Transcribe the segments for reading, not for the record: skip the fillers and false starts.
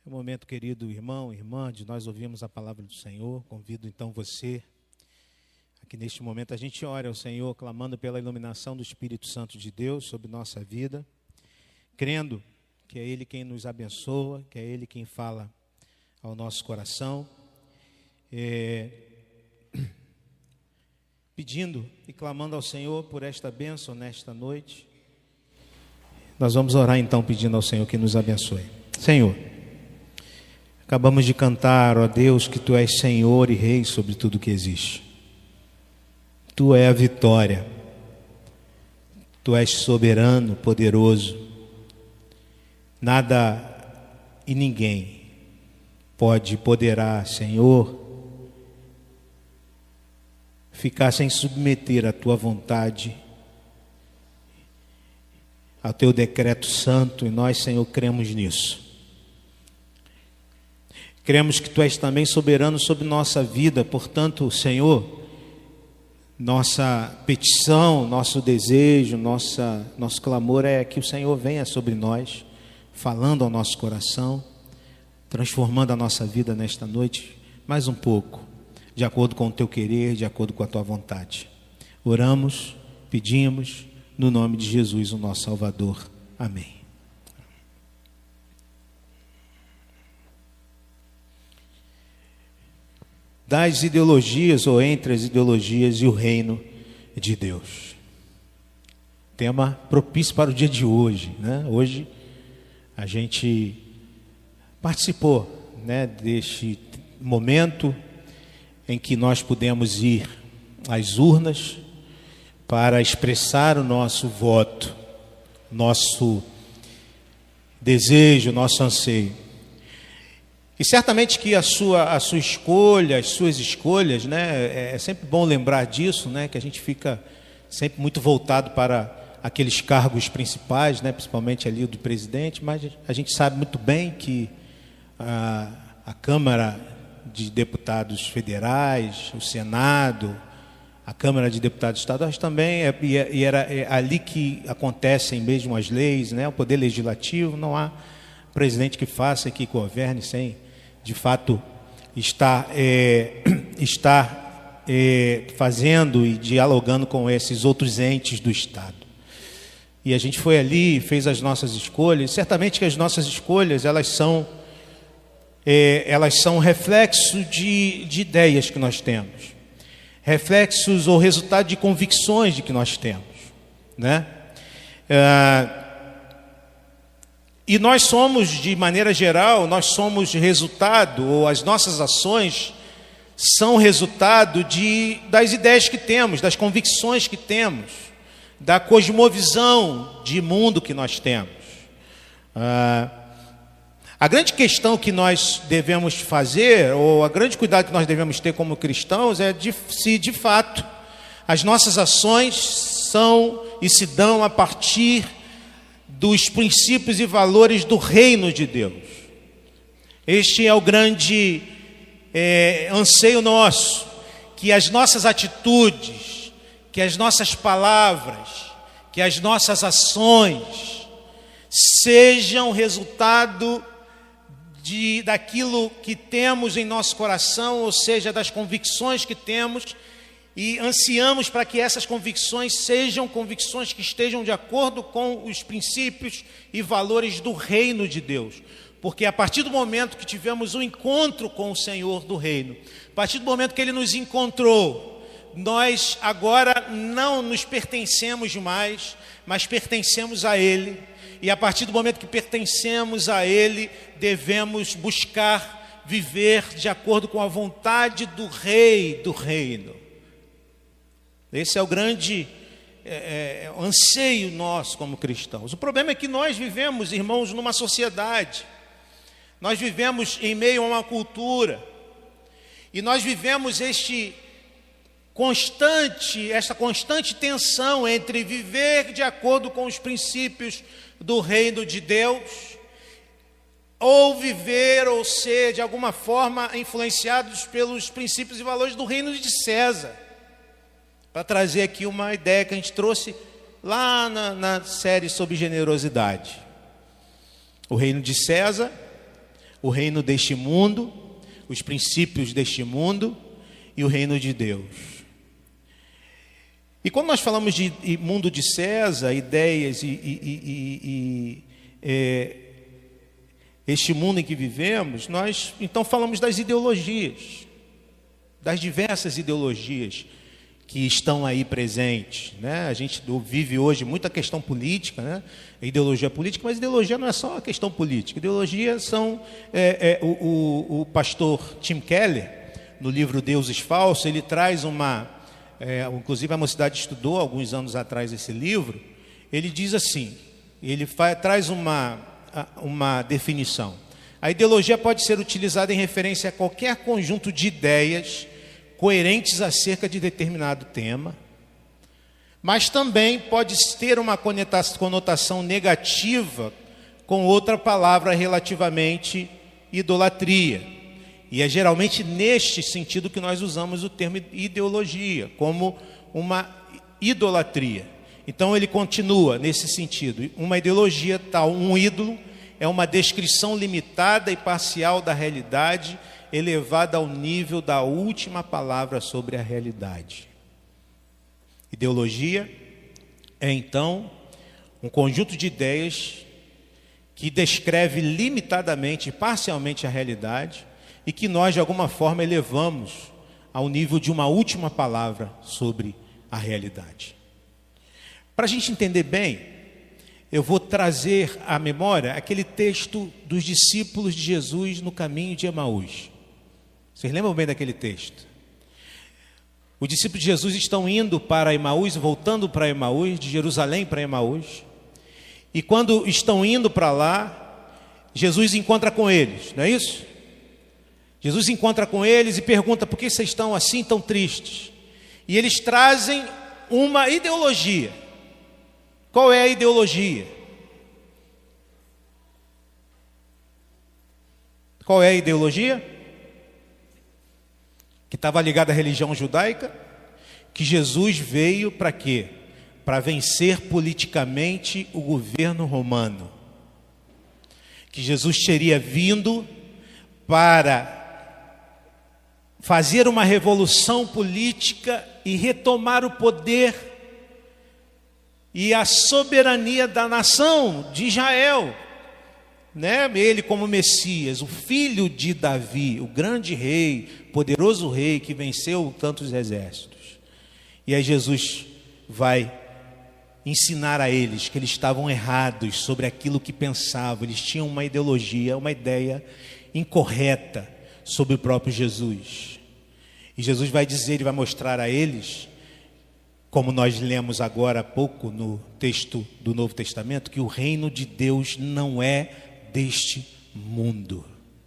É um momento, querido irmão, irmã, de nós ouvirmos a palavra do Senhor. Convido então você, aqui neste momento, a gente ore ao Senhor, clamando pela iluminação do Espírito Santo de Deus sobre nossa vida, crendo que é Ele quem nos abençoa, que é Ele quem fala ao nosso coração, pedindo e clamando ao Senhor por esta bênção nesta noite. Nós vamos orar então pedindo ao Senhor que nos abençoe. Senhor, acabamos de cantar, ó Deus, que Tu és Senhor e Rei sobre tudo que existe. Tu és a vitória. Tu és soberano, poderoso. Nada e ninguém poderá, Senhor, ficar sem submeter a Tua vontade, ao Teu decreto santo, e nós, Senhor, cremos nisso. Cremos que Tu és também soberano sobre nossa vida, portanto, Senhor, nossa petição, nosso desejo, nosso clamor é que o Senhor venha sobre nós, falando ao nosso coração, transformando a nossa vida nesta noite, mais um pouco, de acordo com o Teu querer, de acordo com a Tua vontade. Oramos, pedimos, no nome de Jesus, o nosso Salvador. Amém. Das ideologias ou entre as ideologias e o reino de Deus. Tema propício para o dia de hoje, né? Hoje a gente participou, né, deste momento em que nós pudemos ir às urnas para expressar o nosso voto, nosso desejo, nosso anseio. E certamente que a sua escolha, as suas escolhas, né, é sempre bom lembrar disso, né, que a gente fica sempre muito voltado para aqueles cargos principais, né, principalmente ali o do presidente, mas a gente sabe muito bem que a Câmara de Deputados Federais, o Senado, a Câmara de Deputados Estaduais também, é ali que acontecem mesmo as leis, né, o Poder Legislativo. Não há presidente que faça, que governe sem, de fato, estar fazendo e dialogando com esses outros entes do Estado. E a gente foi ali, fez as nossas escolhas. Certamente que as nossas escolhas, elas são reflexo de ideias que nós temos, reflexos ou resultado de convicções de que nós temos, né? E nós somos, de maneira geral, nós somos resultado, ou as nossas ações são resultado das ideias que temos, das convicções que temos, da cosmovisão de mundo que nós temos. A grande questão que nós devemos fazer, ou a grande cuidado que nós devemos ter como cristãos, é se de fato as nossas ações são e se dão a partir dos princípios e valores do reino de Deus. Este é o grande anseio nosso, que as nossas atitudes, que as nossas palavras, que as nossas ações sejam resultado daquilo que temos em nosso coração, ou seja, das convicções que temos, e ansiamos para que essas convicções sejam convicções que estejam de acordo com os princípios e valores do reino de Deus. Porque a partir do momento que tivemos um encontro com o Senhor do reino, a partir do momento que Ele nos encontrou, nós agora não nos pertencemos mais, mas pertencemos a Ele. E a partir do momento que pertencemos a Ele, devemos buscar viver de acordo com a vontade do Rei do reino. Esse é o grande anseio nosso como cristãos. O problema é que nós vivemos, irmãos, numa sociedade. Nós vivemos em meio a uma cultura. E nós vivemos esta constante tensão entre viver de acordo com os princípios do reino de Deus, ou viver ou ser de alguma forma influenciados pelos princípios e valores do reino de César. Para trazer aqui uma ideia que a gente trouxe lá na série sobre generosidade. O reino de César, o reino deste mundo, os princípios deste mundo e o reino de Deus. E quando nós falamos de mundo de César, ideias este mundo em que vivemos, nós então falamos das ideologias, das diversas ideologias que estão aí presentes, né? A gente vive hoje muita questão política, né? Ideologia política, mas ideologia não é só a questão política. Ideologia são... o pastor Tim Keller, no livro Deuses Falsos, ele traz inclusive a mocidade estudou alguns anos atrás esse livro. Ele diz assim, traz uma definição: a ideologia pode ser utilizada em referência a qualquer conjunto de ideias coerentes acerca de determinado tema, mas também pode ter uma conotação negativa com outra palavra relativamente idolatria. E é geralmente neste sentido que nós usamos o termo ideologia, como uma idolatria. Então ele continua nesse sentido: uma ideologia tal, um ídolo, é uma descrição limitada e parcial da realidade, elevada ao nível da última palavra sobre a realidade. Ideologia é então um conjunto de ideias que descreve limitadamente e parcialmente a realidade e que nós de alguma forma elevamos ao nível de uma última palavra sobre a realidade. Para a gente entender bem, eu vou trazer à memória aquele texto dos discípulos de Jesus no caminho de Emaús. Vocês lembram bem daquele texto? Os discípulos de Jesus estão indo para Emaús, voltando para Emaús, de Jerusalém para Emaús. E quando estão indo para lá, Jesus encontra com eles, não é isso? Jesus encontra com eles e pergunta: por que vocês estão assim tão tristes? E eles trazem uma ideologia. Qual é a ideologia? Qual é a ideologia? Que estava ligada à religião judaica, que Jesus veio para quê? Para vencer politicamente o governo romano. Que Jesus teria vindo para fazer uma revolução política e retomar o poder e a soberania da nação de Israel, né? Ele como Messias, o filho de Davi, o grande rei, poderoso rei que venceu tantos exércitos. E aí Jesus vai ensinar a eles que eles estavam errados sobre aquilo que pensavam. Eles tinham uma ideologia, uma ideia incorreta sobre o próprio Jesus. E Jesus vai dizer, ele vai mostrar a eles, como nós lemos agora há pouco no texto do Novo Testamento, que o reino de Deus não é deste mundo.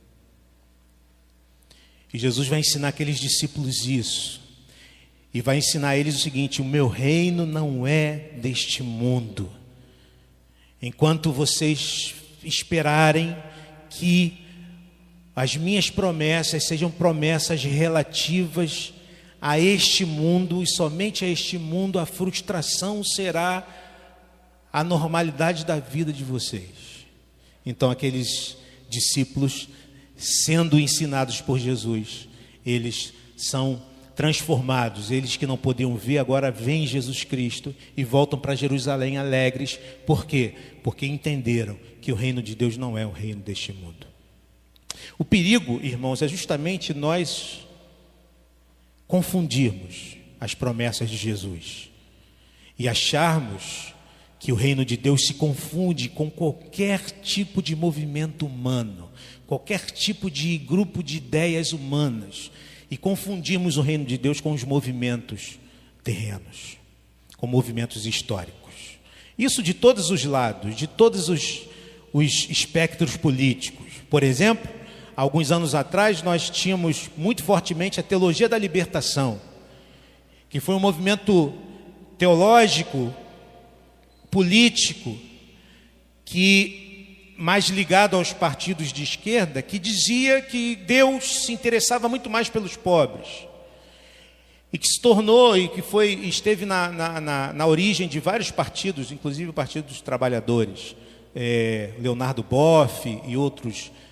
E Jesus vai ensinar aqueles discípulos isso. E vai ensinar a eles o seguinte: o meu reino não é deste mundo. Enquanto vocês esperarem que as minhas promessas sejam promessas relativas a este mundo, e somente a este mundo, a frustração será a normalidade da vida de vocês. Então aqueles discípulos, sendo ensinados por Jesus, eles são transformados. Eles que não podiam ver, agora veem Jesus Cristo e voltam para Jerusalém alegres. Por quê? Porque entenderam que o reino de Deus não é o reino deste mundo. O perigo, irmãos, é justamente nós confundirmos as promessas de Jesus e acharmos que o reino de Deus se confunde com qualquer tipo de movimento humano, qualquer tipo de grupo de ideias humanas, e confundirmos o reino de Deus com os movimentos terrenos, com movimentos históricos. Isso de todos os lados, de todos os espectros políticos. Por exemplo, alguns anos atrás nós tínhamos muito fortemente a teologia da libertação, que foi um movimento teológico, político, que mais ligado aos partidos de esquerda, que dizia que Deus se interessava muito mais pelos pobres, e que se tornou e que esteve na origem de vários partidos, inclusive o Partido dos Trabalhadores, Leonardo Boff e outros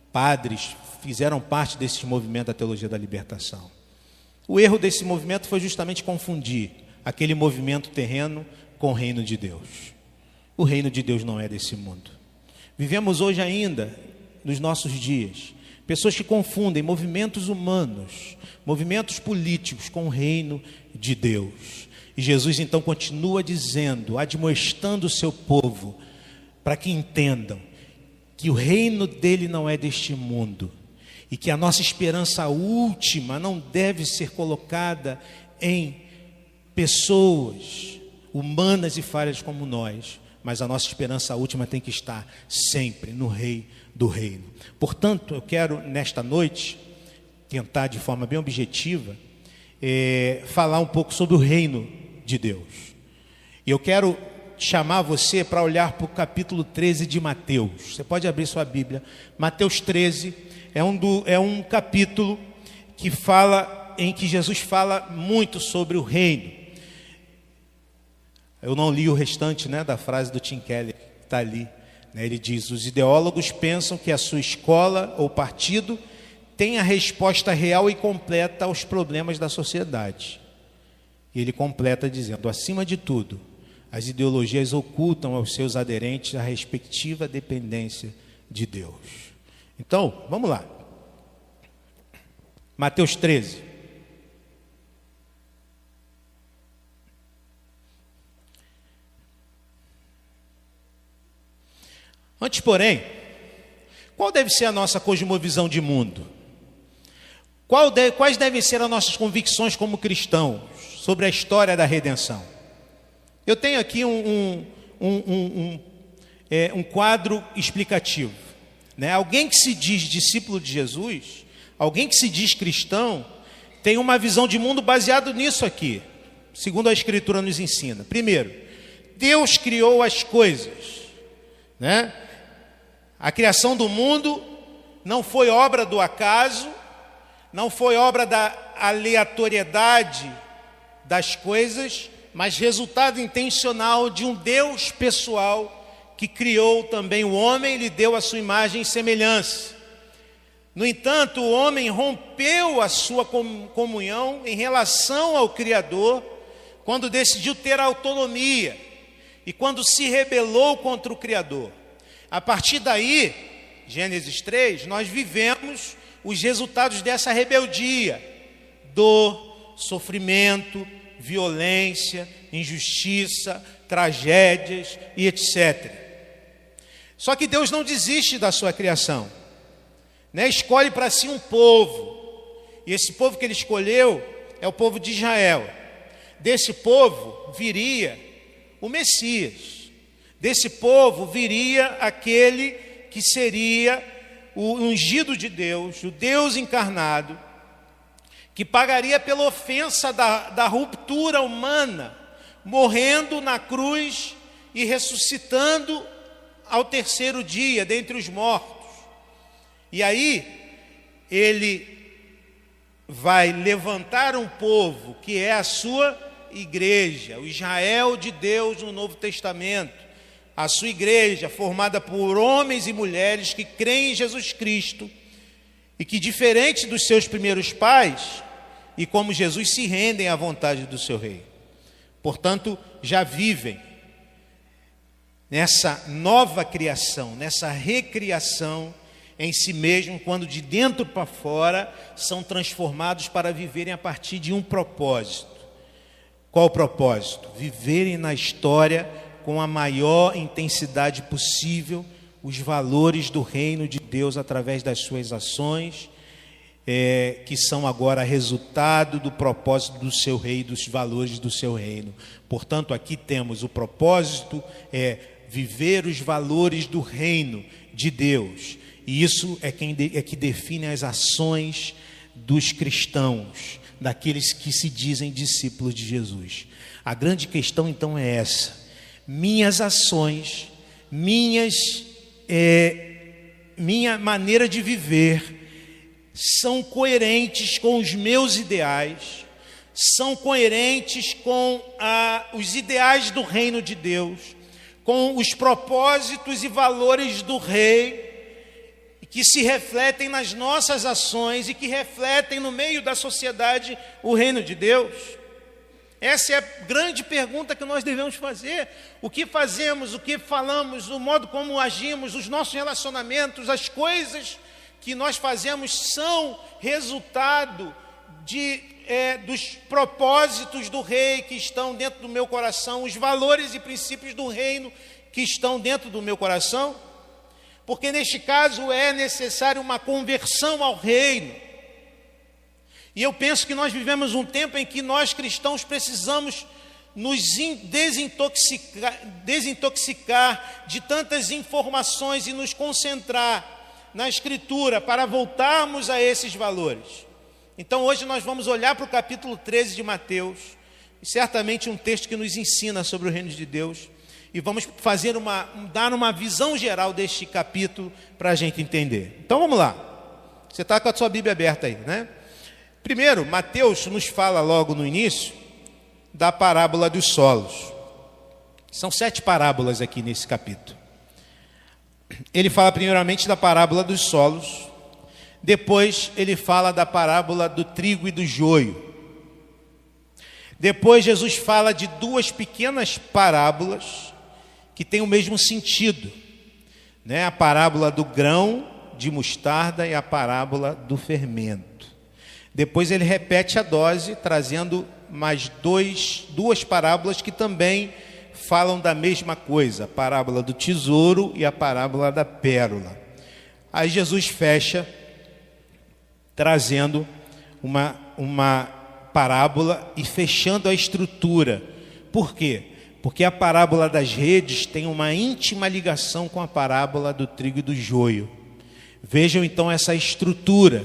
padres fizeram parte desse movimento da teologia da libertação. O erro desse movimento foi justamente confundir aquele movimento terreno com o reino de Deus. O reino de Deus não é desse mundo. Vivemos hoje ainda, nos nossos dias, pessoas que confundem movimentos humanos, movimentos políticos com o reino de Deus. E Jesus então continua dizendo, admoestando o seu povo, para que entendam que o reino dele não é deste mundo e que a nossa esperança última não deve ser colocada em pessoas humanas e falhas como nós, mas a nossa esperança última tem que estar sempre no Rei do Reino. Portanto, eu quero nesta noite tentar de forma bem objetiva falar um pouco sobre o reino de Deus. E eu quero chamar você para olhar para o capítulo 13 de Mateus. Você pode abrir sua Bíblia. Mateus 13 é um capítulo que fala, em que Jesus fala muito sobre o reino. Eu não li o restante, da frase do Tim Keller, que está ali. Ele diz, os ideólogos pensam que a sua escola ou partido tem a resposta real e completa aos problemas da sociedade. E ele completa dizendo, acima de tudo, as ideologias ocultam aos seus aderentes a respectiva dependência de Deus. Então, vamos lá. Mateus 13. Antes, porém, qual deve ser a nossa cosmovisão de mundo? Quais devem ser as nossas convicções como cristãos sobre a história da redenção? Eu tenho aqui um quadro explicativo. Alguém que se diz discípulo de Jesus, alguém que se diz cristão, tem uma visão de mundo baseado nisso aqui, segundo a Escritura nos ensina. Primeiro, Deus criou as coisas, A criação do mundo não foi obra do acaso, não foi obra da aleatoriedade das coisas, mas resultado intencional de um Deus pessoal que criou também o homem e lhe deu a sua imagem e semelhança. No entanto, o homem rompeu a sua comunhão em relação ao Criador quando decidiu ter autonomia e quando se rebelou contra o Criador. A partir daí, Gênesis 3, nós vivemos os resultados dessa rebeldia: dor, sofrimento, violência, injustiça, tragédias e etc. Só que Deus não desiste da sua criação, Escolhe para si um povo, e esse povo que ele escolheu é o povo de Israel. Desse povo viria o Messias, desse povo viria aquele que seria o ungido de Deus, o Deus encarnado, que pagaria pela ofensa da ruptura humana, morrendo na cruz e ressuscitando ao terceiro dia dentre os mortos. E aí ele vai levantar um povo que é a sua igreja, o Israel de Deus no Novo Testamento, a sua igreja formada por homens e mulheres que creem em Jesus Cristo e que, diferente dos seus primeiros pais, e como Jesus, se rendem à vontade do seu rei. Portanto, já vivem nessa nova criação, nessa recriação em si mesmo, quando de dentro para fora são transformados para viverem a partir de um propósito. Qual o propósito? Viverem na história com a maior intensidade possível os valores do reino de Deus através das suas ações, que são agora resultado do propósito do seu rei, dos valores do seu reino. Portanto, aqui temos o propósito, viver os valores do reino de Deus. E isso é que define as ações dos cristãos, daqueles que se dizem discípulos de Jesus. A grande questão então é essa: minhas ações, minha maneira de viver são coerentes com os meus ideais, são coerentes com os ideais do reino de Deus, com os propósitos e valores do rei, que se refletem nas nossas ações e que refletem no meio da sociedade o reino de Deus? Essa é a grande pergunta que nós devemos fazer. O que fazemos, o que falamos, o modo como agimos, os nossos relacionamentos, as coisas que nós fazemos são resultado dos propósitos do rei que estão dentro do meu coração, os valores e princípios do reino que estão dentro do meu coração? Porque neste caso é necessário uma conversão ao reino. E eu penso que nós vivemos um tempo em que nós cristãos precisamos nos desintoxicar de tantas informações e nos concentrar na Escritura para voltarmos a esses valores. Então hoje nós vamos olhar para o capítulo 13 de Mateus, e certamente um texto que nos ensina sobre o reino de Deus, e vamos dar uma visão geral deste capítulo para a gente entender. Então vamos lá. Você está com a sua Bíblia aberta aí, né? Primeiro, Mateus nos fala logo no início da parábola dos solos. São 7 parábolas aqui nesse capítulo. Ele fala primeiramente da parábola dos solos, depois ele fala da parábola do trigo e do joio. Depois Jesus fala de 2 pequenas parábolas que têm o mesmo sentido, né? A parábola do grão de mostarda e a parábola do fermento. Depois ele repete a dose, trazendo mais 2 parábolas que também falam da mesma coisa, a parábola do tesouro e a parábola da pérola. Aí Jesus fecha trazendo uma parábola e fechando a estrutura. Por quê? Porque a parábola das redes tem uma íntima ligação com a parábola do trigo e do joio. Vejam então essa estrutura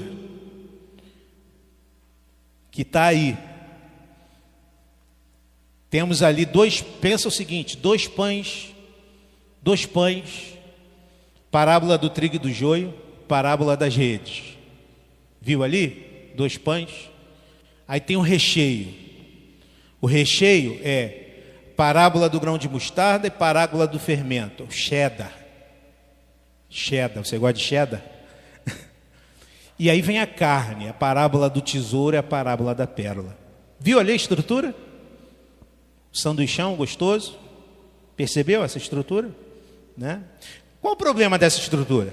que está aí. Temos ali pensa o seguinte, 2 pães, parábola do trigo e do joio, parábola das redes. Viu ali? 2 pães. Aí tem um recheio. O recheio é parábola do grão de mostarda e parábola do fermento, cheddar. Cheddar, você gosta de cheddar? E aí vem a carne, a parábola do tesouro e a parábola da pérola. Viu ali a estrutura? Sanduichão gostoso. Percebeu essa estrutura? Né? Qual o problema dessa estrutura?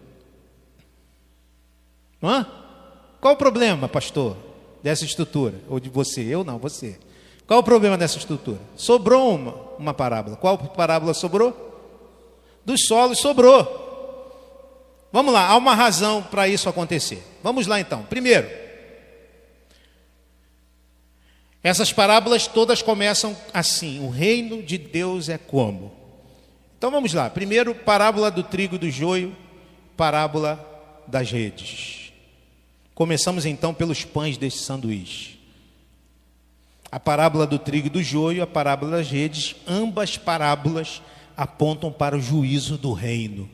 Qual o problema, pastor, dessa estrutura? Ou de você? Eu não, você. Qual o problema dessa estrutura? Sobrou uma parábola. Qual parábola sobrou? Dos solos sobrou. Vamos lá, há uma razão para isso acontecer. Vamos lá então. Primeiro, essas parábolas todas começam assim: o reino de Deus é como? Então vamos lá. Primeiro, parábola do trigo e do joio, parábola das redes. Começamos então pelos pães deste sanduíche. A parábola do trigo e do joio, a parábola das redes, ambas parábolas apontam para o juízo do reino.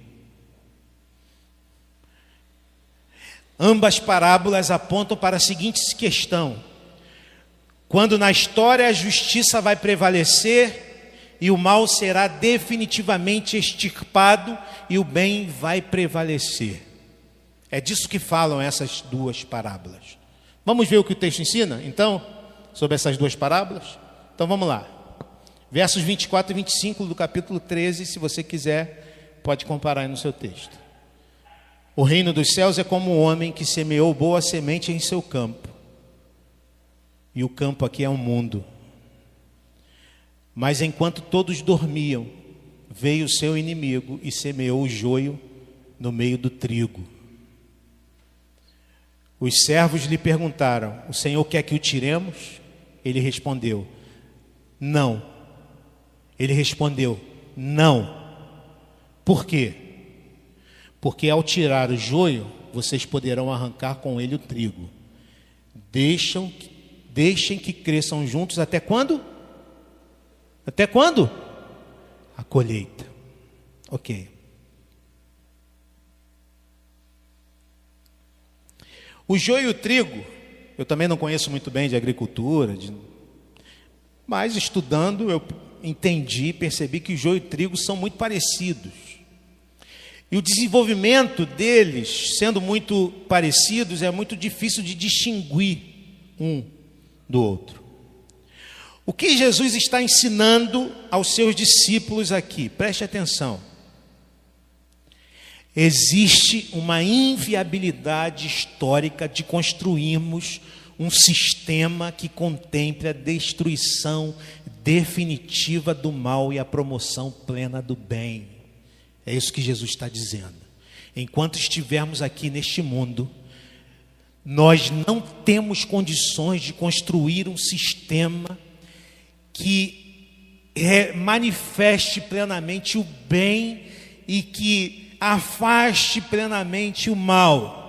Ambas parábolas apontam para a seguinte questão: quando na história a justiça vai prevalecer e o mal será definitivamente extirpado e o bem vai prevalecer. É disso que falam essas 2 parábolas. Vamos ver o que o texto ensina, então, sobre essas 2 parábolas? Então vamos lá. Versos 24 e 25 do capítulo 13, se você quiser, pode comparar aí no seu texto. O reino dos céus é como um homem que semeou boa semente em seu campo. E o campo aqui é um mundo. Mas enquanto todos dormiam, veio o seu inimigo e semeou o joio no meio do trigo. Os servos lhe perguntaram: o Senhor quer que o tiremos? Ele respondeu: não. Ele respondeu: não. Por quê? Porque ao tirar o joio, vocês poderão arrancar com ele o trigo. Deixem que cresçam juntos até quando? Até quando? A colheita. Ok. O joio e o trigo, eu também não conheço muito bem de agricultura, mas estudando eu entendi, percebi que o joio e o trigo são muito parecidos. E o desenvolvimento deles, sendo muito parecidos, é muito difícil de distinguir um do outro. O que Jesus está ensinando aos seus discípulos aqui? Preste atenção. Existe uma inviabilidade histórica de construirmos um sistema que contemple a destruição definitiva do mal e a promoção plena do bem. É isso que Jesus está dizendo. Enquanto estivermos aqui neste mundo, nós não temos condições de construir um sistema que manifeste plenamente o bem e que afaste plenamente o mal.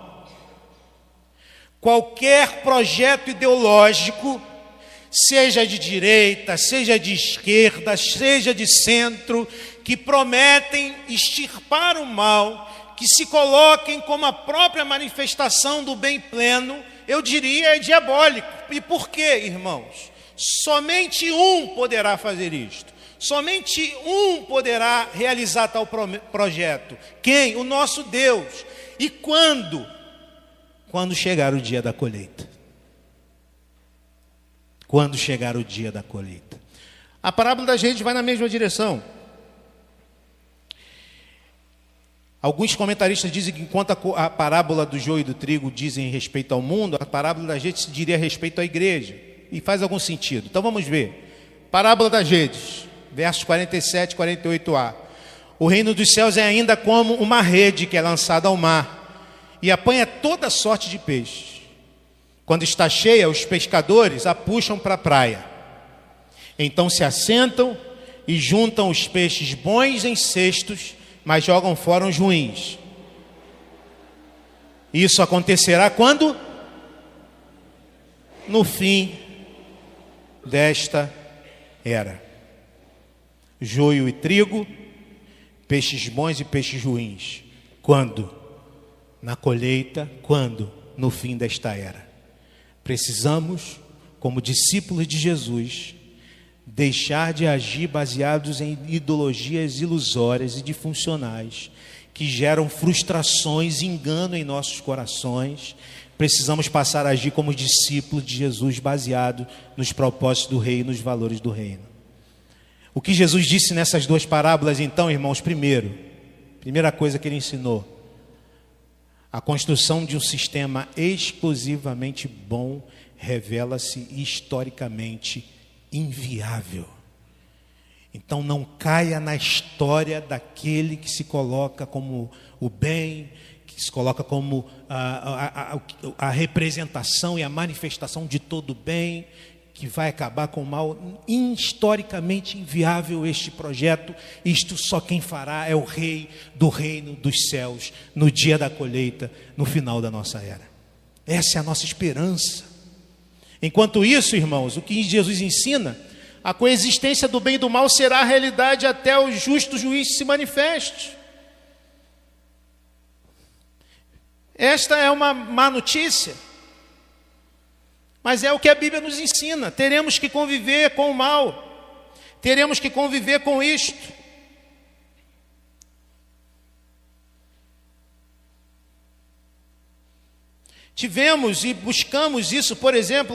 Qualquer projeto ideológico, seja de direita, seja de esquerda, seja de centro, que prometem extirpar o mal, que se coloquem como a própria manifestação do bem pleno, eu diria é diabólico. E por quê, irmãos? Somente um poderá fazer isto. Somente um poderá realizar tal projeto. Quem? O nosso Deus. E quando? Quando chegar o dia da colheita. Quando chegar o dia da colheita. A parábola da gente vai na mesma direção. Alguns comentaristas dizem que enquanto a parábola do joio e do trigo dizem respeito ao mundo, a parábola da gente se diria respeito à igreja. E faz algum sentido. Então vamos ver. Parábola das redes, versos 47 e 48a. O reino dos céus é ainda como uma rede que é lançada ao mar e apanha toda sorte de peixes. Quando está cheia, os pescadores a puxam para a praia. Então se assentam e juntam os peixes bons em cestos, mas jogam fora os ruins. Isso acontecerá quando? No fim desta era. Joio e trigo, peixes bons e peixes ruins. Quando? Na colheita. Quando? No fim desta era. Precisamos, como discípulos de Jesus, deixar de agir baseados em ideologias ilusórias e disfuncionais, que geram frustrações e engano em nossos corações. Precisamos passar a agir como discípulos de Jesus, baseado nos propósitos do reino e nos valores do reino. O que Jesus disse nessas duas parábolas, então, irmãos? Primeira coisa que ele ensinou: a construção de um sistema exclusivamente bom revela-se historicamente inviável. Então não caia na história daquele que se coloca como o bem, que se coloca como a representação e a manifestação de todo o bem, que vai acabar com o mal. Historicamente inviável este projeto. Isto só quem fará é o Rei do reino dos céus, no dia da colheita, no final da nossa era. Essa é a nossa esperança. Enquanto isso, irmãos, o que Jesus ensina, a coexistência do bem e do mal será a realidade até o justo juiz se manifeste. Esta é uma má notícia, mas é o que a Bíblia nos ensina. Teremos que conviver com o mal, teremos que conviver com isto. Tivemos e buscamos isso, por exemplo,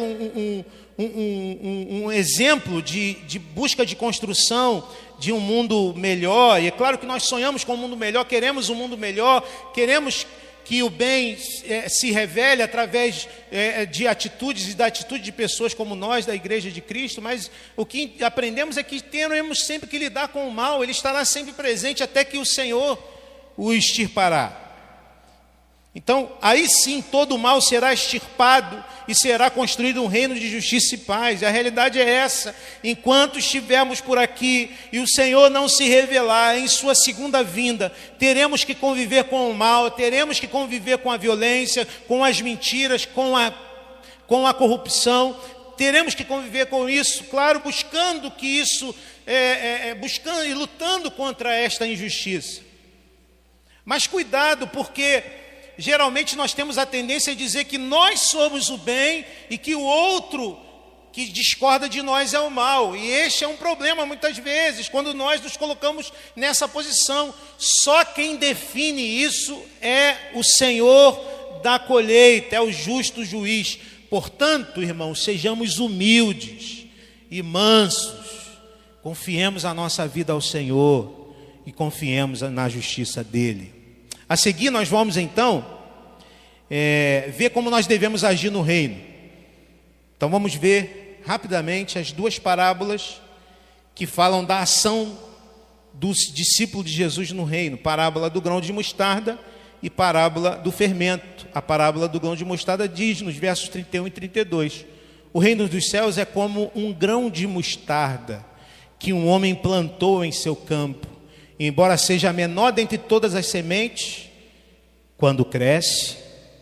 um exemplo de busca de construção de um mundo melhor. E é claro que nós sonhamos com um mundo melhor, queremos um mundo melhor, queremos que o bem se revele através de atitudes e da atitude de pessoas como nós, da Igreja de Cristo. Mas o que aprendemos é que teremos sempre que lidar com o mal. Ele estará sempre presente até que o Senhor o extirpará. Então, aí sim, todo o mal será extirpado e será construído um reino de justiça e paz. E a realidade é essa: enquanto estivermos por aqui e o Senhor não se revelar em sua segunda vinda, teremos que conviver com o mal, teremos que conviver com a violência, com as mentiras, com a corrupção. Teremos que conviver com isso, claro, buscando que isso, buscando e lutando contra esta injustiça. Mas cuidado, porque geralmente nós temos a tendência de dizer que nós somos o bem e que o outro que discorda de nós é o mal. E este é um problema muitas vezes, quando nós nos colocamos nessa posição. Só quem define isso é o Senhor da colheita, é o justo juiz. Portanto, irmãos, sejamos humildes e mansos, confiemos a nossa vida ao Senhor e confiemos na justiça dele. A seguir, nós vamos então ver como nós devemos agir no reino. Então vamos ver rapidamente as duas parábolas que falam da ação dos discípulos de Jesus no reino. Parábola do grão de mostarda e parábola do fermento. A parábola do grão de mostarda diz nos versos 31 e 32: o reino dos céus é como um grão de mostarda que um homem plantou em seu campo. E, embora seja a menor dentre todas as sementes, quando cresce,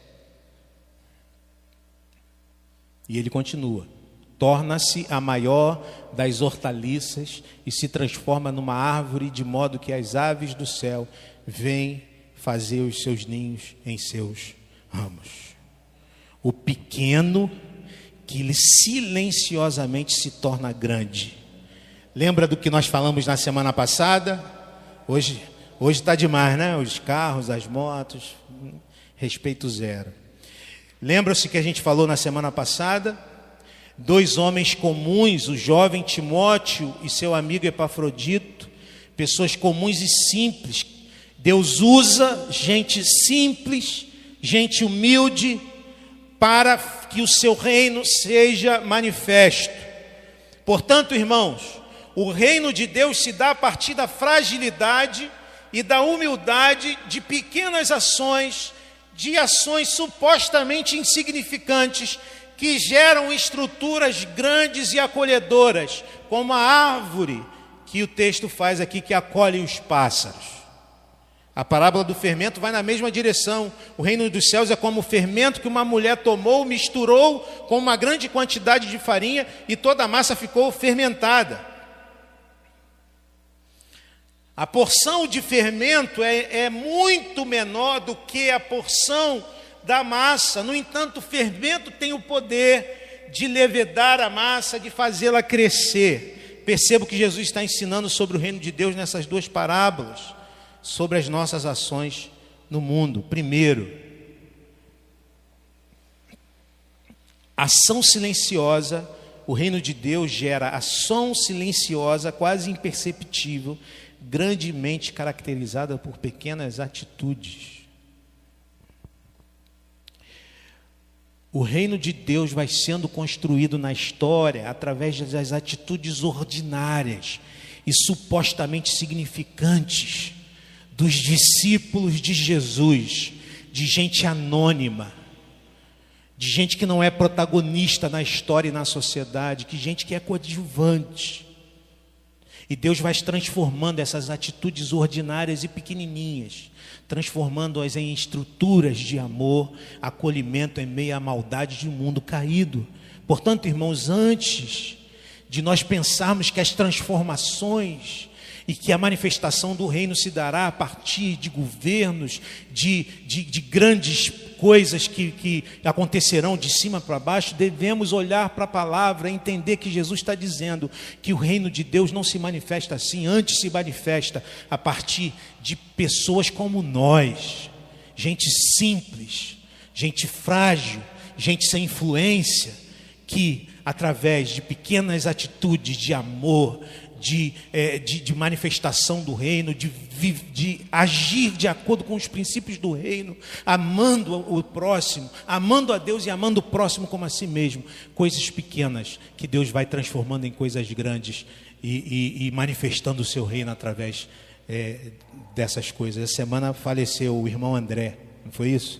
e ele continua, torna-se a maior das hortaliças e se transforma numa árvore, de modo que as aves do céu vêm fazer os seus ninhos em seus ramos. O pequeno que silenciosamente se torna grande. Lembra do que nós falamos na semana passada? Hoje está demais, né? Os carros, as motos, respeito zero. Lembra-se que a gente falou na semana passada? Dois homens comuns, o jovem Timóteo e seu amigo Epafrodito, pessoas comuns e simples. Deus usa gente simples, gente humilde, para que o seu reino seja manifesto. Portanto, irmãos, o reino de Deus se dá a partir da fragilidade e da humildade de pequenas ações, de ações supostamente insignificantes, que geram estruturas grandes e acolhedoras, como a árvore que o texto faz aqui, que acolhe os pássaros. A parábola do fermento vai na mesma direção. O reino dos céus é como o fermento que uma mulher tomou, misturou com uma grande quantidade de farinha e toda a massa ficou fermentada. A porção de fermento é muito menor do que a porção da massa. No entanto, o fermento tem o poder de levedar a massa, de fazê-la crescer. Percebo que Jesus está ensinando sobre o reino de Deus nessas duas parábolas, sobre as nossas ações no mundo. Primeiro, ação silenciosa. O reino de Deus gera ação silenciosa, quase imperceptível, grandemente caracterizada por pequenas atitudes. O reino de Deus vai sendo construído na história através das atitudes ordinárias e supostamente significantes dos discípulos de Jesus, de gente anônima, de gente que não é protagonista na história e na sociedade, de gente que é coadjuvante. E Deus vai transformando essas atitudes ordinárias e pequenininhas, transformando-as em estruturas de amor, acolhimento em meio à maldade de um mundo caído. Portanto, irmãos, antes de nós pensarmos que as transformações e que a manifestação do reino se dará a partir de governos, de grandes coisas que acontecerão de cima para baixo, devemos olhar para a palavra e entender que Jesus está dizendo que o reino de Deus não se manifesta assim, antes se manifesta a partir de pessoas como nós, gente simples, gente frágil, gente sem influência, que através de pequenas atitudes de amor, de manifestação do reino, de agir de acordo com os princípios do reino, amando o próximo, amando a Deus e amando o próximo como a si mesmo. Coisas pequenas que Deus vai transformando em coisas grandes e manifestando o seu reino através dessas coisas. Essa semana faleceu o irmão André, não foi isso?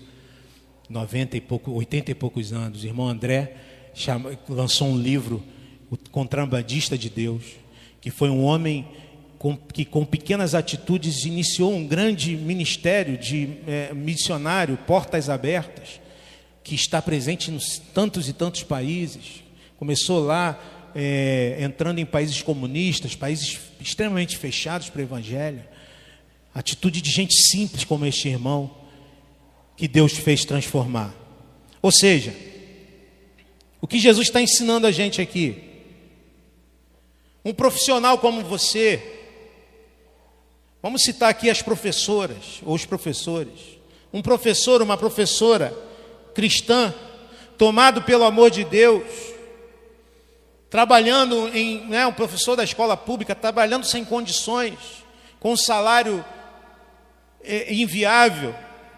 80 e poucos anos. O irmão André lançou um livro, O Contrabandista de Deus, que foi um homem que com pequenas atitudes iniciou um grande ministério de missionário, Portas Abertas, que está presente em tantos e tantos países. Começou lá entrando em países comunistas, países extremamente fechados para o evangelho. Atitude de gente simples como este irmão, que Deus fez transformar. Ou seja, O que Jesus está ensinando a gente aqui? Um profissional como você, vamos citar aqui as professoras ou os professores. Um professor, uma professora cristã, tomado pelo amor de Deus, trabalhando um professor da escola pública, trabalhando sem condições, com um salário inviável,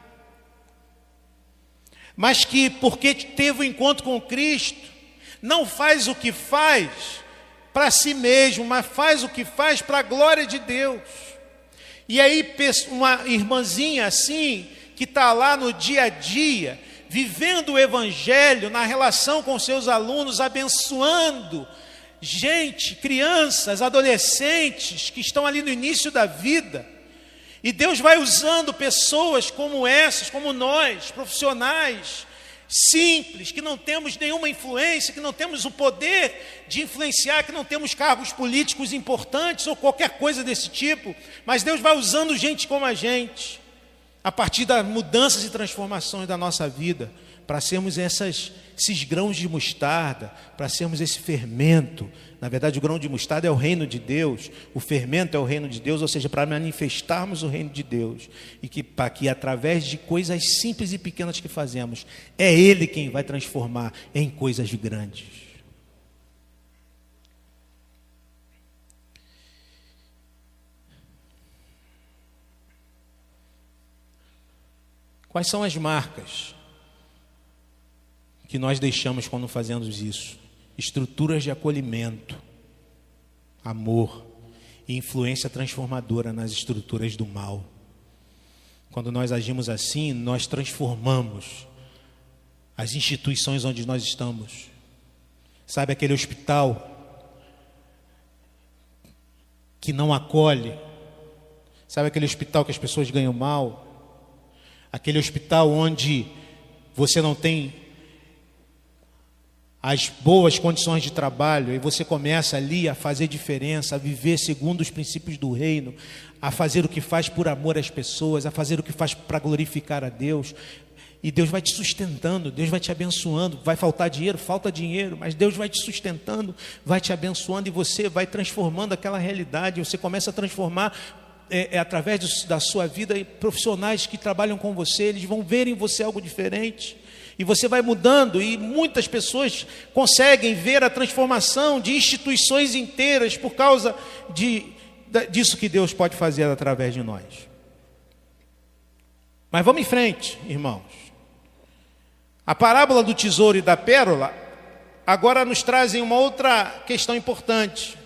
mas que, porque teve um encontro com Cristo, não faz o que faz para si mesmo, mas faz o que faz para a glória de Deus. E aí uma irmãzinha assim, que está lá no dia a dia, vivendo o Evangelho, na relação com seus alunos, abençoando gente, crianças, adolescentes, que estão ali no início da vida. E Deus vai usando pessoas como essas, como nós, profissionais, simples, que não temos nenhuma influência, que não temos o poder de influenciar, que não temos cargos políticos importantes ou qualquer coisa desse tipo, mas Deus vai usando gente como a gente, a partir das mudanças e transformações da nossa vida, para sermos esses grãos de mostarda, para sermos esse fermento. Na verdade, o grão de mostarda é o reino de Deus, o fermento é o reino de Deus, ou seja, para manifestarmos o reino de Deus, e para que através de coisas simples e pequenas que fazemos, é Ele quem vai transformar em coisas grandes. Quais são as marcas que nós deixamos quando fazemos isso? Estruturas de acolhimento, amor e influência transformadora nas estruturas do mal. Quando nós agimos assim, nós transformamos as instituições onde nós estamos. Sabe aquele hospital que não acolhe? Sabe aquele hospital que as pessoas ganham mal? Aquele hospital onde você não tem as boas condições de trabalho, e você começa ali a fazer diferença, a viver segundo os princípios do reino, a fazer o que faz por amor às pessoas, a fazer o que faz para glorificar a Deus, e Deus vai te sustentando, Deus vai te abençoando. Vai faltar dinheiro? Falta dinheiro, mas Deus vai te sustentando, vai te abençoando, e você vai transformando aquela realidade. Você começa a transformar através da sua vida, profissionais que trabalham com você, eles vão ver em você algo diferente. E você vai mudando, e muitas pessoas conseguem ver a transformação de instituições inteiras por causa disso que Deus pode fazer através de nós. Mas vamos em frente, irmãos. A parábola do tesouro e da pérola agora nos trazem uma outra questão importante,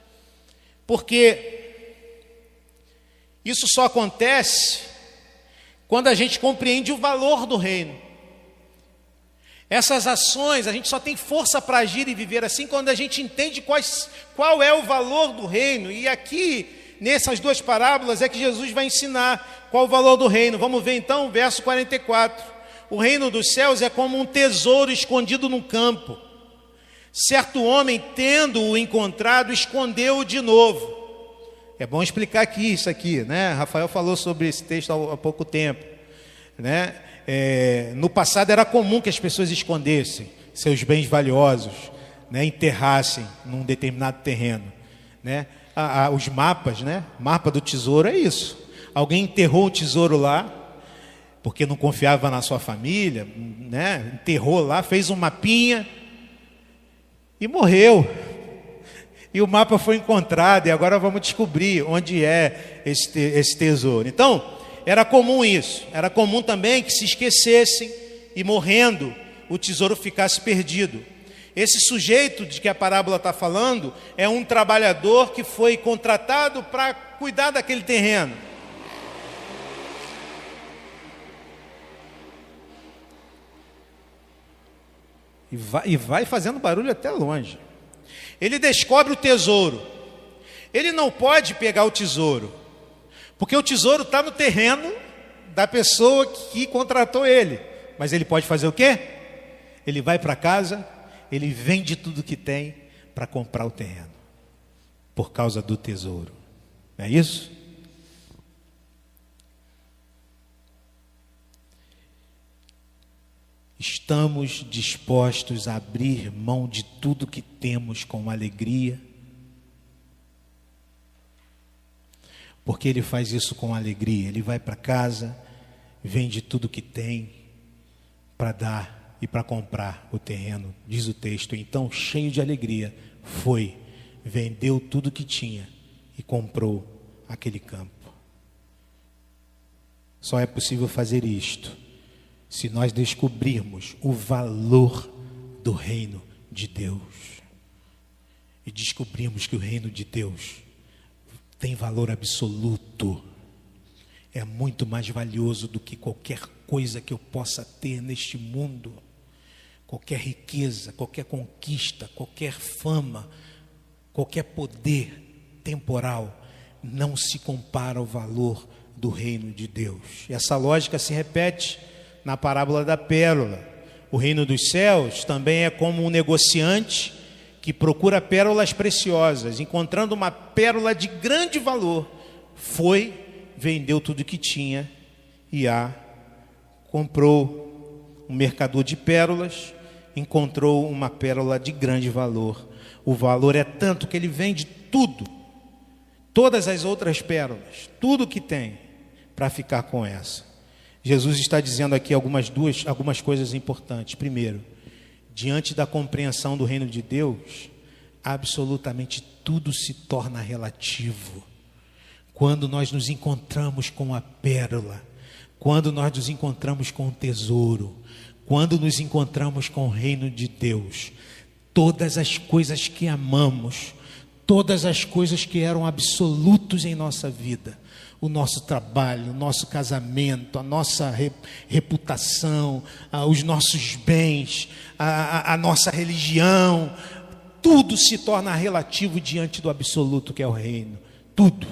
porque isso só acontece quando a gente compreende o valor do reino. Essas ações, a gente só tem força para agir e viver assim quando a gente entende qual é o valor do reino. E aqui, nessas duas parábolas, é que Jesus vai ensinar qual o valor do reino. Vamos ver então o verso 44. O reino dos céus é como um tesouro escondido no campo. Certo homem, tendo-o encontrado, escondeu-o de novo. É bom explicar aqui isso aqui, né? Rafael falou sobre esse texto há pouco tempo, né? No passado era comum que as pessoas escondessem seus bens valiosos, né? Enterrassem num determinado terreno, né? Os mapas, né? Mapa do tesouro é isso. Alguém enterrou o tesouro lá, porque não confiava na sua família, né? Enterrou lá, fez um mapinha e morreu. E o mapa foi encontrado, e agora vamos descobrir onde é esse tesouro. Então, era comum isso. Era comum também que se esquecessem e, morrendo, o tesouro ficasse perdido. Esse sujeito de que a parábola está falando é um trabalhador que foi contratado para cuidar daquele terreno. E vai fazendo barulho até longe. Ele descobre o tesouro. Ele não pode pegar o tesouro, porque o tesouro está no terreno da pessoa que contratou ele. Mas ele pode fazer o quê? Ele vai para casa, ele vende tudo que tem para comprar o terreno, por causa do tesouro. Não é isso? Estamos dispostos a abrir mão de tudo que temos com alegria? Porque ele faz isso com alegria. Ele vai para casa, vende tudo que tem para dar e para comprar o terreno, diz o texto. Então, cheio de alegria, foi, vendeu tudo que tinha e comprou aquele campo. Só é possível fazer isto se nós descobrirmos o valor do reino de Deus. E descobrimos que o reino de Deus tem valor absoluto. É muito mais valioso do que qualquer coisa que eu possa ter neste mundo. Qualquer riqueza, qualquer conquista, qualquer fama, qualquer poder temporal não se compara ao valor do reino de Deus. E essa lógica se repete na parábola da pérola. O reino dos céus também é como um negociante que procura pérolas preciosas. Encontrando uma pérola de grande valor, foi, vendeu tudo que tinha e a comprou. Um mercador de pérolas encontrou uma pérola de grande valor. O valor é tanto que ele vende tudo, todas as outras pérolas, tudo que tem, para ficar com essa. Jesus está dizendo aqui algumas coisas importantes. Primeiro, diante da compreensão do reino de Deus, absolutamente tudo se torna relativo. Quando nós nos encontramos com a pérola, quando nós nos encontramos com o tesouro, quando nos encontramos com o reino de Deus, todas as coisas que amamos, todas as coisas que eram absolutos em nossa vida, o nosso trabalho, o nosso casamento, a nossa reputação, os nossos bens, a nossa religião, tudo se torna relativo diante do absoluto que é o reino. Tudo.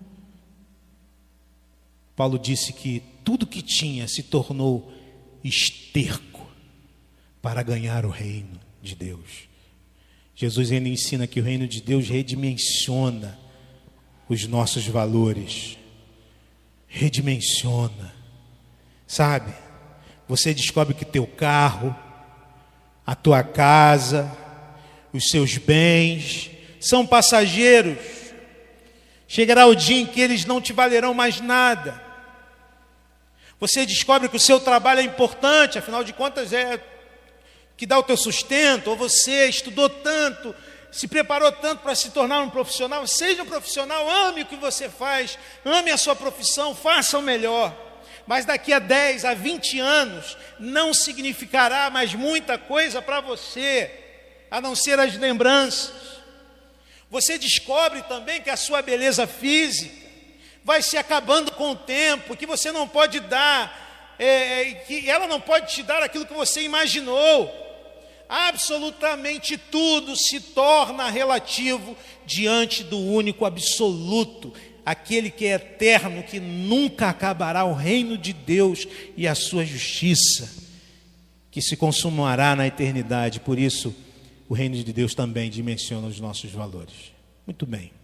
Paulo disse que tudo que tinha se tornou esterco para ganhar o reino de Deus. Jesus ainda ensina que o reino de Deus redimensiona os nossos valores. Redimensiona. Sabe? Você descobre que teu carro, a tua casa, os seus bens são passageiros. Chegará o dia em que eles não te valerão mais nada. Você descobre que o seu trabalho é importante, afinal de contas é que dá o teu sustento, ou você estudou tanto, se preparou tanto para se tornar um profissional. Seja um profissional, ame o que você faz, ame a sua profissão, faça o melhor. Mas daqui a 10, a 20 anos, não significará mais muita coisa para você, a não ser as lembranças. Você descobre também que a sua beleza física vai se acabando com o tempo, que você não pode dar, que ela não pode te dar aquilo que você imaginou. Absolutamente tudo se torna relativo diante do único absoluto, aquele que é eterno, que nunca acabará, o reino de Deus e a sua justiça, que se consumará na eternidade. Por isso, o reino de Deus também dimensiona os nossos valores. Muito bem.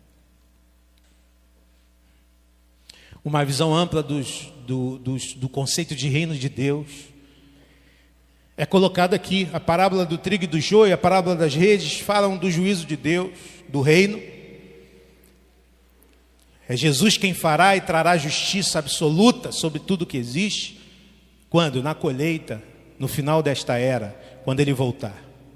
Uma visão ampla do conceito de reino de Deus é colocado aqui. A parábola do trigo e do joio, a parábola das redes, falam do juízo de Deus, do reino. É Jesus quem fará e trará justiça absoluta sobre tudo que existe. Quando? Na colheita, no final desta era, quando Ele voltar.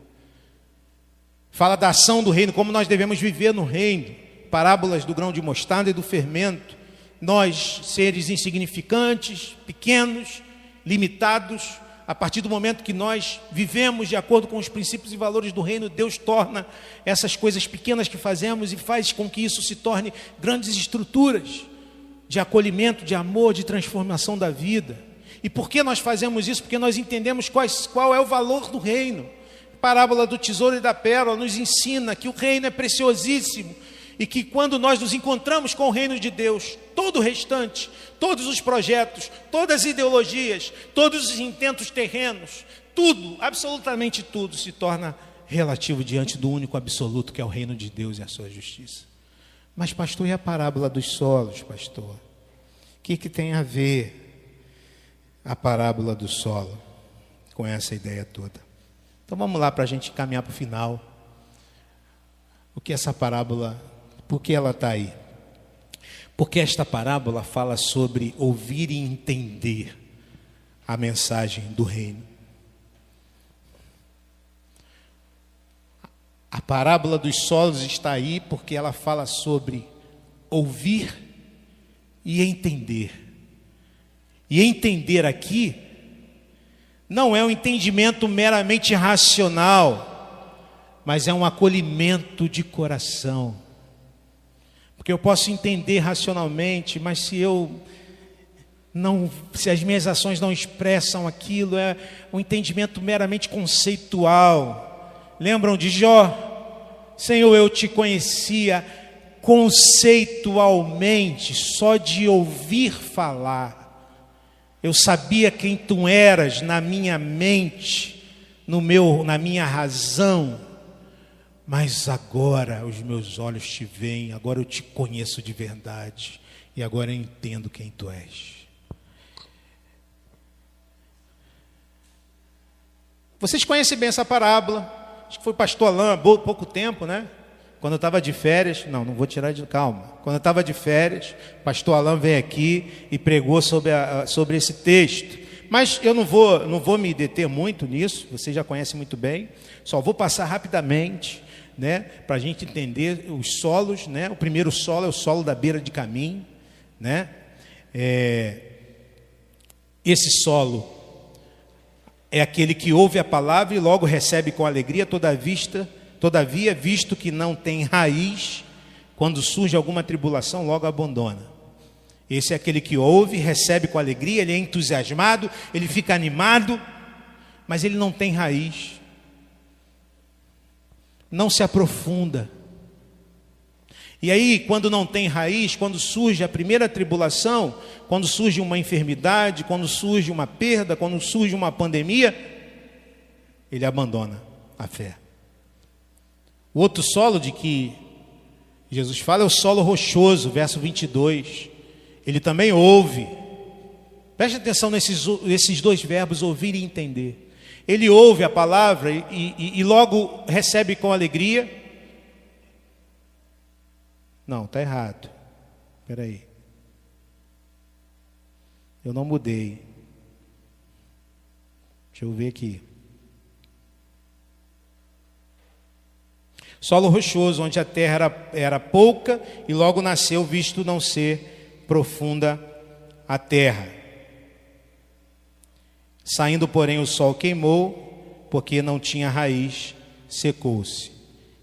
Fala da ação do reino, como nós devemos viver no reino. Parábolas do grão de mostarda e do fermento. Nós, seres insignificantes, pequenos, limitados, a partir do momento que nós vivemos de acordo com os princípios e valores do reino, Deus torna essas coisas pequenas que fazemos e faz com que isso se torne grandes estruturas de acolhimento, de amor, de transformação da vida. E por que nós fazemos isso? Porque nós entendemos qual é o valor do reino. A parábola do tesouro e da pérola nos ensina que o reino é preciosíssimo e que quando nós nos encontramos com o reino de Deus, todo o restante, todos os projetos, todas as ideologias, todos os intentos terrenos, tudo, absolutamente tudo se torna relativo diante do único absoluto que é o reino de Deus e a sua justiça. Mas pastor, e a parábola dos solos, pastor? O que tem a ver a parábola do solo com essa ideia toda. Então vamos lá para a gente caminhar para o final. O que essa parábola, por que ela está aí? Porque esta parábola fala sobre ouvir e entender a mensagem do reino. A parábola dos solos está aí porque ela fala sobre ouvir e entender. E entender aqui não é um entendimento meramente racional, mas é um acolhimento de coração. Porque eu posso entender racionalmente, mas se as minhas ações não expressam aquilo, é um entendimento meramente conceitual. Lembram de Jó? Senhor, eu te conhecia conceitualmente, só de ouvir falar. Eu sabia quem tu eras na minha mente, na minha razão. Mas agora os meus olhos te veem, agora eu te conheço de verdade. E agora eu entendo quem tu és. Vocês conhecem bem essa parábola. Acho que foi o pastor Alain há pouco tempo, né? Quando eu estava de férias, não vou tirar de calma. Quando eu estava de férias, o pastor Alain veio aqui e pregou sobre esse texto. Mas eu não vou me deter muito nisso, vocês já conhecem muito bem. Só vou passar rapidamente, né? Para a gente entender os solos, né? O primeiro solo é o solo da beira de caminho, né? Esse solo é aquele que ouve a palavra e logo recebe com alegria, todavia, visto que não tem raiz, quando surge alguma tribulação, logo abandona. Esse é aquele que ouve, recebe com alegria, ele é entusiasmado, ele fica animado, mas ele não tem raiz, não se aprofunda. E aí, quando não tem raiz, quando surge a primeira tribulação, quando surge uma enfermidade, quando surge uma perda, quando surge uma pandemia, ele abandona a fé. O outro solo de que Jesus fala é o solo rochoso, verso 22. Ele também ouve. Preste atenção nesses dois verbos, ouvir e entender. Ele ouve a palavra e logo recebe com alegria. Não, está errado. Espera aí. Eu não mudei. Deixa eu ver aqui. Solo rochoso, onde a terra era pouca e logo nasceu, visto não ser profunda a terra. Saindo, porém, o sol queimou, porque não tinha raiz, secou-se.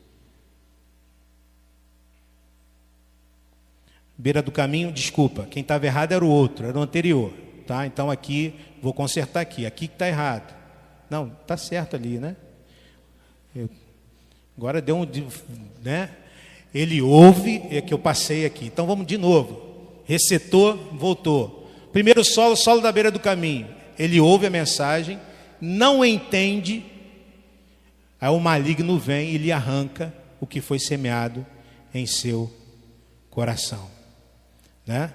Beira do caminho, desculpa, quem estava errado era o outro, era o anterior, tá? Então aqui, vou consertar aqui que está errado. Não, está certo ali, né? Agora deu né? Ele ouve, é que eu passei aqui. Então vamos de novo. Resetou, voltou. Primeiro solo da beira do caminho. Ele ouve a mensagem, não entende, aí o maligno vem e lhe arranca o que foi semeado em seu coração, né?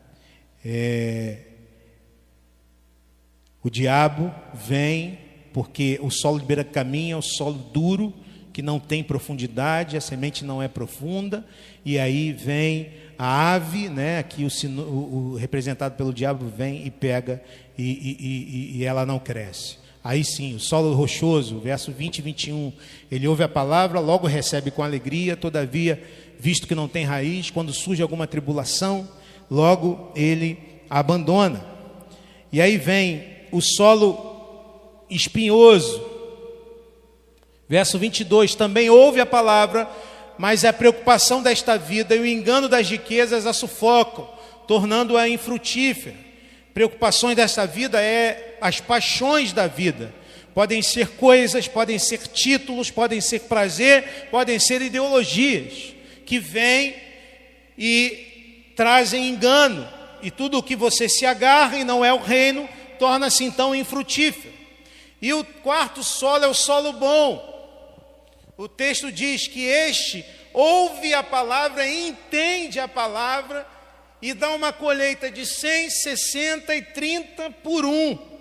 O diabo vem porque o solo de beira do caminho é o solo duro, que não tem profundidade, a semente não é profunda, e aí vem a ave, né? Aqui o representado pelo diabo vem e pega e ela não cresce. Aí sim, o solo rochoso, verso 20 e 21, ele ouve a palavra, logo recebe com alegria, todavia, visto que não tem raiz, quando surge alguma tribulação, logo ele abandona. E aí vem o solo espinhoso, verso 22, também ouve a palavra, mas a preocupação desta vida e o engano das riquezas a sufocam, tornando-a infrutífera. Preocupações desta vida é as paixões da vida. Podem ser coisas, podem ser títulos, podem ser prazer, podem ser ideologias que vêm e trazem engano. E tudo o que você se agarra e não é o reino, torna-se então infrutífero. E o quarto solo é o solo bom. O texto diz que este ouve a palavra, entende a palavra e dá uma colheita de 100, 60 e 30 por 1.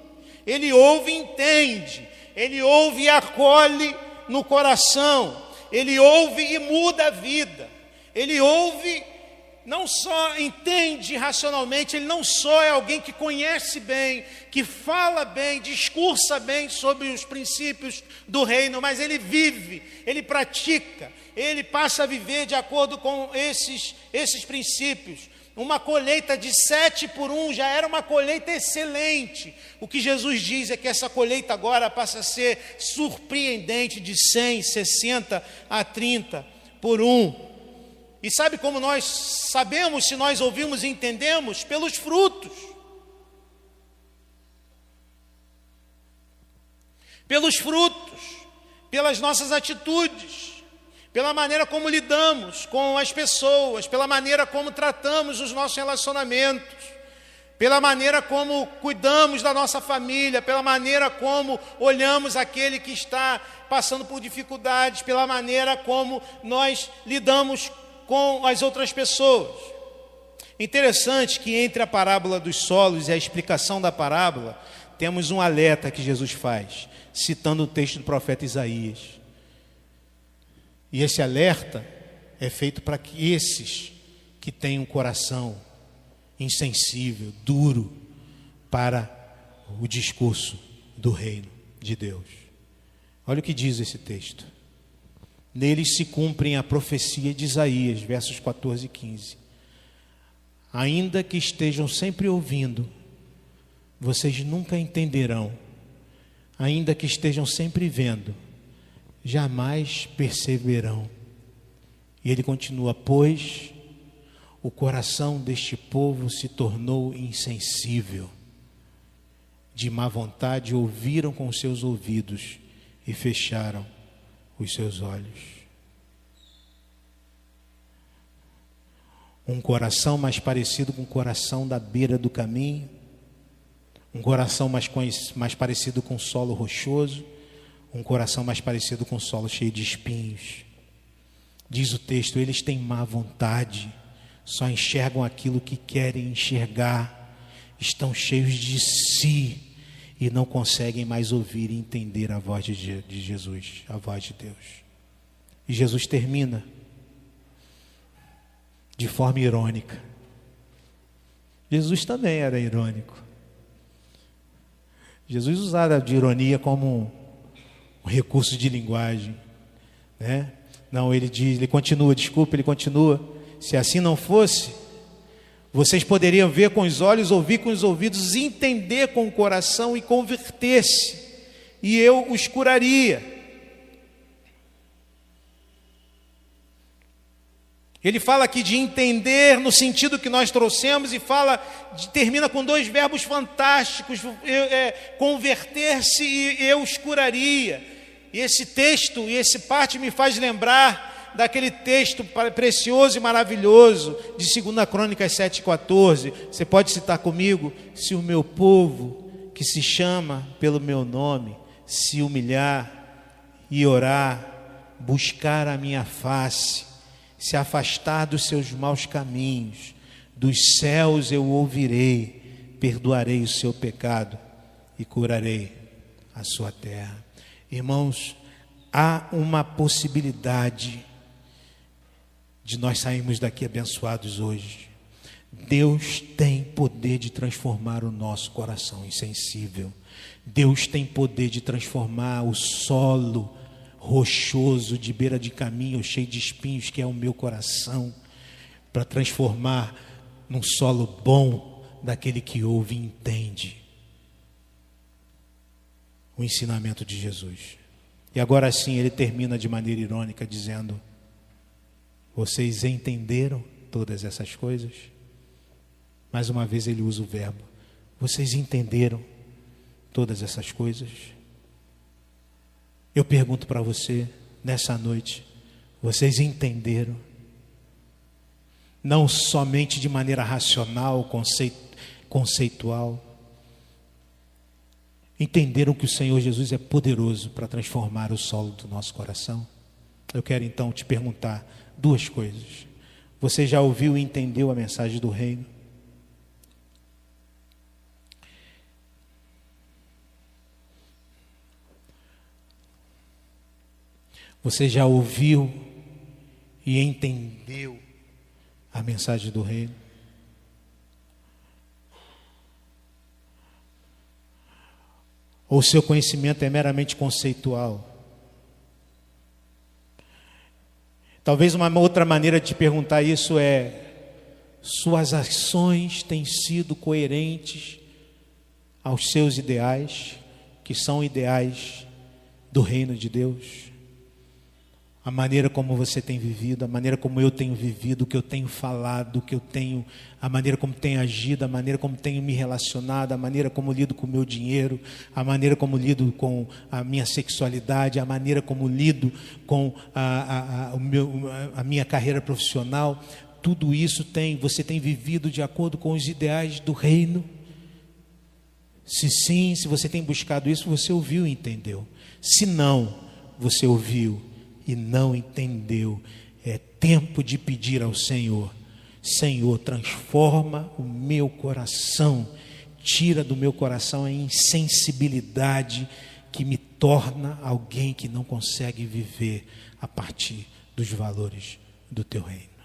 ele ouve e entende, ele ouve e acolhe no coração, ele ouve e muda a vida, ele ouve, não só entende racionalmente, ele não só é alguém que conhece bem, que fala bem, discursa bem sobre os princípios do reino, mas ele vive, ele pratica, ele passa a viver de acordo com esses princípios. Uma colheita de 7 por 1 já era uma colheita excelente. O que Jesus diz é que essa colheita agora passa a ser surpreendente, de 100, 60 a 30 por 1. E sabe como nós sabemos, se nós ouvimos e entendemos? Pelos frutos. Pelos frutos, pelas nossas atitudes, pela maneira como lidamos com as pessoas, pela maneira como tratamos os nossos relacionamentos, pela maneira como cuidamos da nossa família, pela maneira como olhamos aquele que está passando por dificuldades, pela maneira como nós lidamos com as outras pessoas. Interessante que entre a parábola dos solos e a explicação da parábola, temos um alerta que Jesus faz, citando o texto do profeta Isaías. E esse alerta é feito para que esses que têm um coração insensível, duro, para o discurso do reino de Deus. Olha o que diz esse texto. Neles se cumprem a profecia de Isaías, versos 14 e 15. Ainda que estejam sempre ouvindo, vocês nunca entenderão. Ainda que estejam sempre vendo, jamais perceberão. E ele continua: pois o coração deste povo se tornou insensível. De má vontade ouviram com seus ouvidos e fecharam os seus olhos. Um coração mais parecido com o coração da beira do caminho, um coração mais parecido com solo rochoso, um coração mais parecido com solo cheio de espinhos. Diz o texto: eles têm má vontade, só enxergam aquilo que querem enxergar, estão cheios de si e não conseguem mais ouvir e entender a voz de Jesus, a voz de Deus. E Jesus termina de forma irônica. Jesus também era irônico. Jesus usava de ironia como um recurso de linguagem, né? Não, ele continua, se assim não fosse, vocês poderiam ver com os olhos, ouvir com os ouvidos, entender com o coração e converter-se, e eu os curaria. Ele fala aqui de entender no sentido que nós trouxemos e termina com 2 verbos fantásticos, converter-se e eu os curaria. E esse texto e esse parte me faz lembrar daquele texto precioso e maravilhoso de 2 Crônicas 7,14. Você pode citar comigo? Se o meu povo, que se chama pelo meu nome, se humilhar e orar, buscar a minha face, se afastar dos seus maus caminhos, dos céus eu ouvirei, perdoarei o seu pecado e curarei a sua terra. Irmãos, há uma possibilidade de nós sairmos daqui abençoados hoje. Deus tem poder de transformar o nosso coração insensível. Deus tem poder de transformar o solo rochoso de beira de caminho, cheio de espinhos, que é o meu coração, para transformar num solo bom daquele que ouve e entende o ensinamento de Jesus. E agora sim ele termina de maneira irônica dizendo: vocês entenderam todas essas coisas? Mais uma vez ele usa o verbo: vocês entenderam todas essas coisas? Eu pergunto para você nessa noite: vocês entenderam? Não somente de maneira racional, conceitual. Entenderam que o Senhor Jesus é poderoso para transformar o solo do nosso coração? Eu quero então te perguntar 2 coisas. Você já ouviu e entendeu a mensagem do reino? Você já ouviu e entendeu a mensagem do reino? Ou seu conhecimento é meramente conceitual? Talvez uma outra maneira de te perguntar isso é: suas ações têm sido coerentes aos seus ideais, que são ideais do reino de Deus? A maneira como você tem vivido, a maneira como eu tenho vivido, o que eu tenho falado, a maneira como tenho agido, a maneira como tenho me relacionado, a maneira como lido com o meu dinheiro, a maneira como lido com a minha sexualidade, a maneira como lido com a minha carreira profissional. Tudo isso você tem vivido de acordo com os ideais do reino? Se sim, se você tem buscado isso, você ouviu e entendeu. Se não, você ouviu e não entendeu. É tempo de pedir ao Senhor: Senhor, transforma o meu coração, tira do meu coração a insensibilidade que me torna alguém que não consegue viver a partir dos valores do teu reino.